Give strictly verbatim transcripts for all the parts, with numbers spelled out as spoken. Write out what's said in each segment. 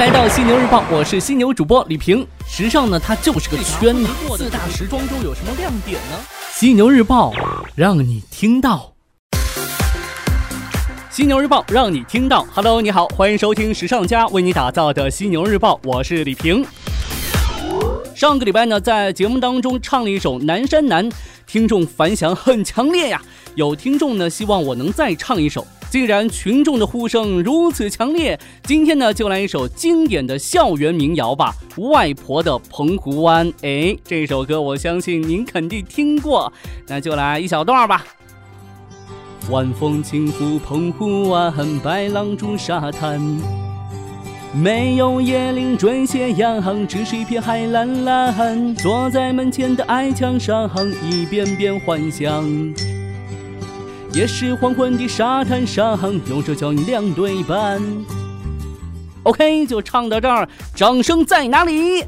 来到犀牛日报，我是犀牛主播李平。时尚呢，它就是个圈子。四大时装周有什么亮点呢？犀牛日报让你听到。犀牛日报让你听到。Hello， 你好，欢迎收听时尚家为你打造的犀牛日报，我是李平。上个礼拜呢，在节目当中唱了一首《南山南》，听众反响很强烈呀。有听众呢希望我能再唱一首。既然群众的呼声如此强烈，今天呢就来一首经典的校园民谣吧，外婆的澎湖湾。哎，这首歌我相信您肯定听过，那就来一小段吧。晚风轻拂澎湖湾，白浪逐沙滩，没有椰林缀斜阳，只是一片海蓝蓝。坐在门前的矮墙上，一遍遍幻想，也是黄昏的沙滩上，有着脚印两对半。 OK， 就唱到这儿，掌声在哪里？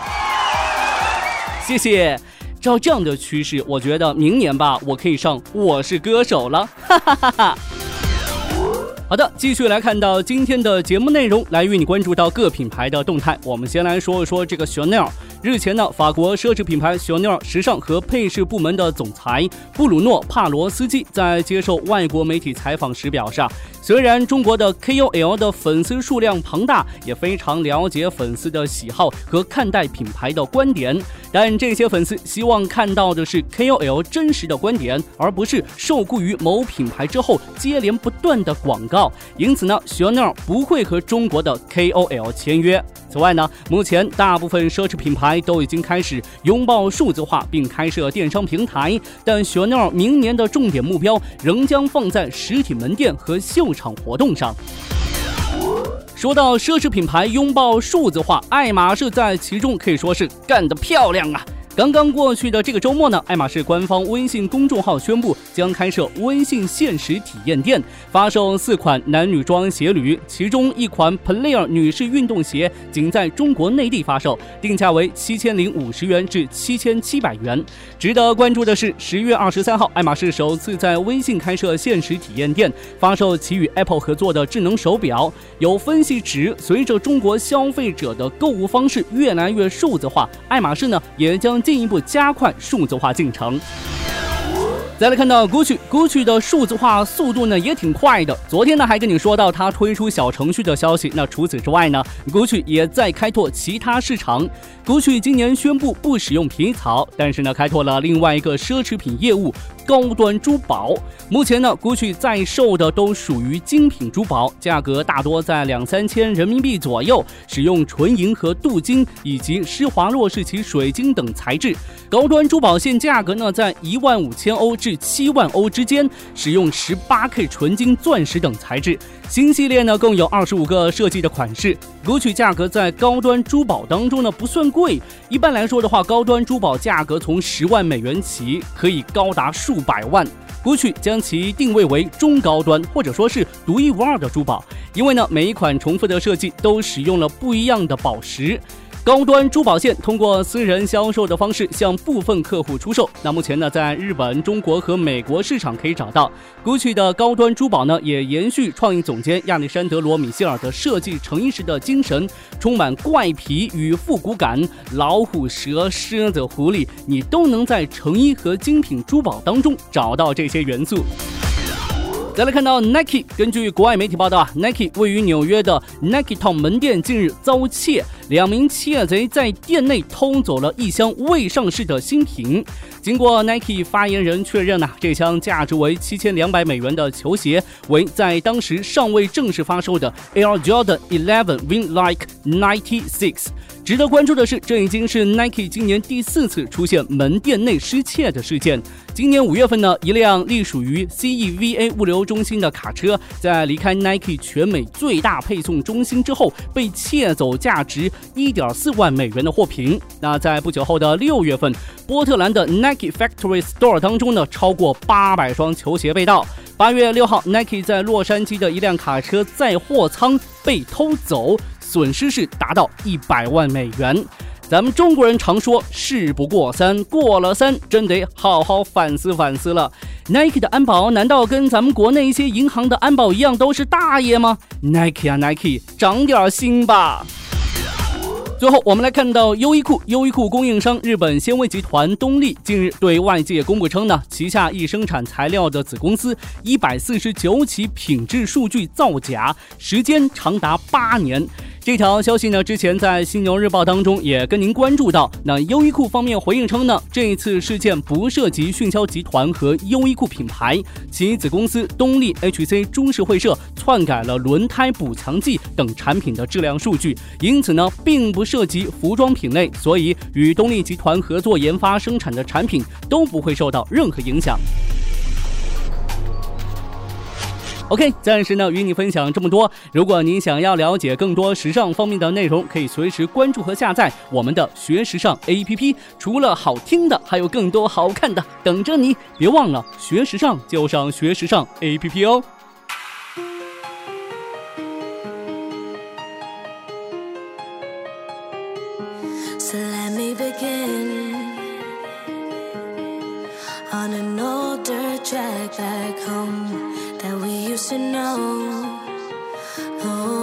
谢谢。照这样的趋势，我觉得明年吧，我可以上《我是歌手》了，哈哈哈哈。好的，继续来看到今天的节目内容，来与你关注到各品牌的动态。我们先来说一说这个 Chanel。日前呢，法国奢侈品牌 Chanel 时尚和配饰部门的总裁布鲁诺·帕罗斯基在接受外国媒体采访时表示，虽然中国的 K O L 的粉丝数量庞大，也非常了解粉丝的喜好和看待品牌的观点，但这些粉丝希望看到的是 K O L 真实的观点，而不是受雇于某品牌之后接连不断的广告。因此呢 Chanel 不会和中国的 K O L 签约。此外呢，目前大部分奢侈品牌都已经开始拥抱数字化并开设电商平台，但 Chanel 明年的重点目标仍将放在实体门店和秀场活动上。说到奢侈品牌拥抱数字化，爱马仕在其中可以说是干得漂亮啊！刚刚过去的这个周末呢，爱马仕官方微信公众号宣布将开设微信限时体验店，发售四款男女装鞋履，其中一款 Player 女士运动鞋仅在中国内地发售，定价为七千零五十元至七千七百元。值得关注的是，十月二十三号，爱马仕首次在微信开设限时体验店，发售其与 Apple 合作的智能手表。有分析指，随着中国消费者的购物方式越来越数字化，爱马仕呢也将进一步加快数字化进程。再来看到 Gucci，Gucci 的数字化速度呢也挺快的。昨天呢还跟你说到它推出小程序的消息。那除此之外呢 ，Gucci 也在开拓其他市场。Gucci 今年宣布不使用皮草，但是呢开拓了另外一个奢侈品业务——高端珠宝。目前呢 Gucci 在售的都属于精品珠宝，价格大多在两三千人民币左右，使用纯银和镀金以及施华洛世奇水晶等材质。高端珠宝线价格呢在一万五千欧至七万欧之间，使用 十八K 纯金、钻石等材质。新系列呢共有二十五个设计的款式。Gucci 价格在高端珠宝当中呢不算贵，一般来说的话，高端珠宝价格从十万美元起，可以高达数百万。Gucci 将其定位为中高端，或者说是独一无二的珠宝，因为呢每一款重复的设计都使用了不一样的宝石。高端珠宝线通过私人销售的方式向部分客户出售。那目前呢，在日本、中国和美国市场可以找到。Gucci 的高端珠宝呢，也延续创意总监亚历山德罗·米歇尔的设计成衣时的精神，充满怪皮与复古感，老虎、蛇、狮子、狐狸，你都能在成衣和精品珠宝当中找到这些元素。再来看到 Nike， 根据国外媒体报道啊 ，Nike 位于纽约的 Nike Town 门店近日遭窃，两名窃贼在店内偷走了一箱未上市的新品。经过 Nike 发言人确认啊，这箱价值为七千两百美元的球鞋为在当时尚未正式发售的 Air Jordan 十一 Win Like 九十六。值得关注的是，这已经是 Nike 今年第四次出现门店内失窃的事件。今年五月份呢，一辆隶属于 C E V A 物流中心的卡车，在离开 Nike 全美最大配送中心之后，被窃走价值 一点四万美元的货品。那在不久后的六月份，波特兰的 Nike Factory Store 当中呢，超过八百双球鞋被盗。八月六号 ，Nike 在洛杉矶的一辆卡车载货舱被偷走，损失是达到一百万美元。咱们中国人常说事不过三，过了三真得好好反思反思了。Nike 的安保难道跟咱们国内一些银行的安保一样都是大爷吗？ Nike 啊 Nike， 长点心吧。 最后我们来看到优衣库，优衣库供应商日本纤维集团东丽近日对外界公布称呢，旗下一生产材料的子公司一百四十九起品质数据造假，时间长达八年。这条消息呢，之前在犀牛日报当中也跟您关注到。那优衣库方面回应称呢，这一次事件不涉及迅销集团和优衣库品牌，其子公司东丽 H C 株式会社篡改了轮胎补强剂等产品的质量数据，因此呢，并不涉及服装品类，所以与东丽集团合作研发生产的产品都不会受到任何影响。OK， 暂时呢与你分享这么多。如果您想要了解更多时尚方面的内容，可以随时关注和下载我们的学时尚 A P P。除了好听的，还有更多好看的等着你。别忘了学时尚就上学时尚 A P P 哦。 So let me begin on an old dirt track back home that we used to know. Oh.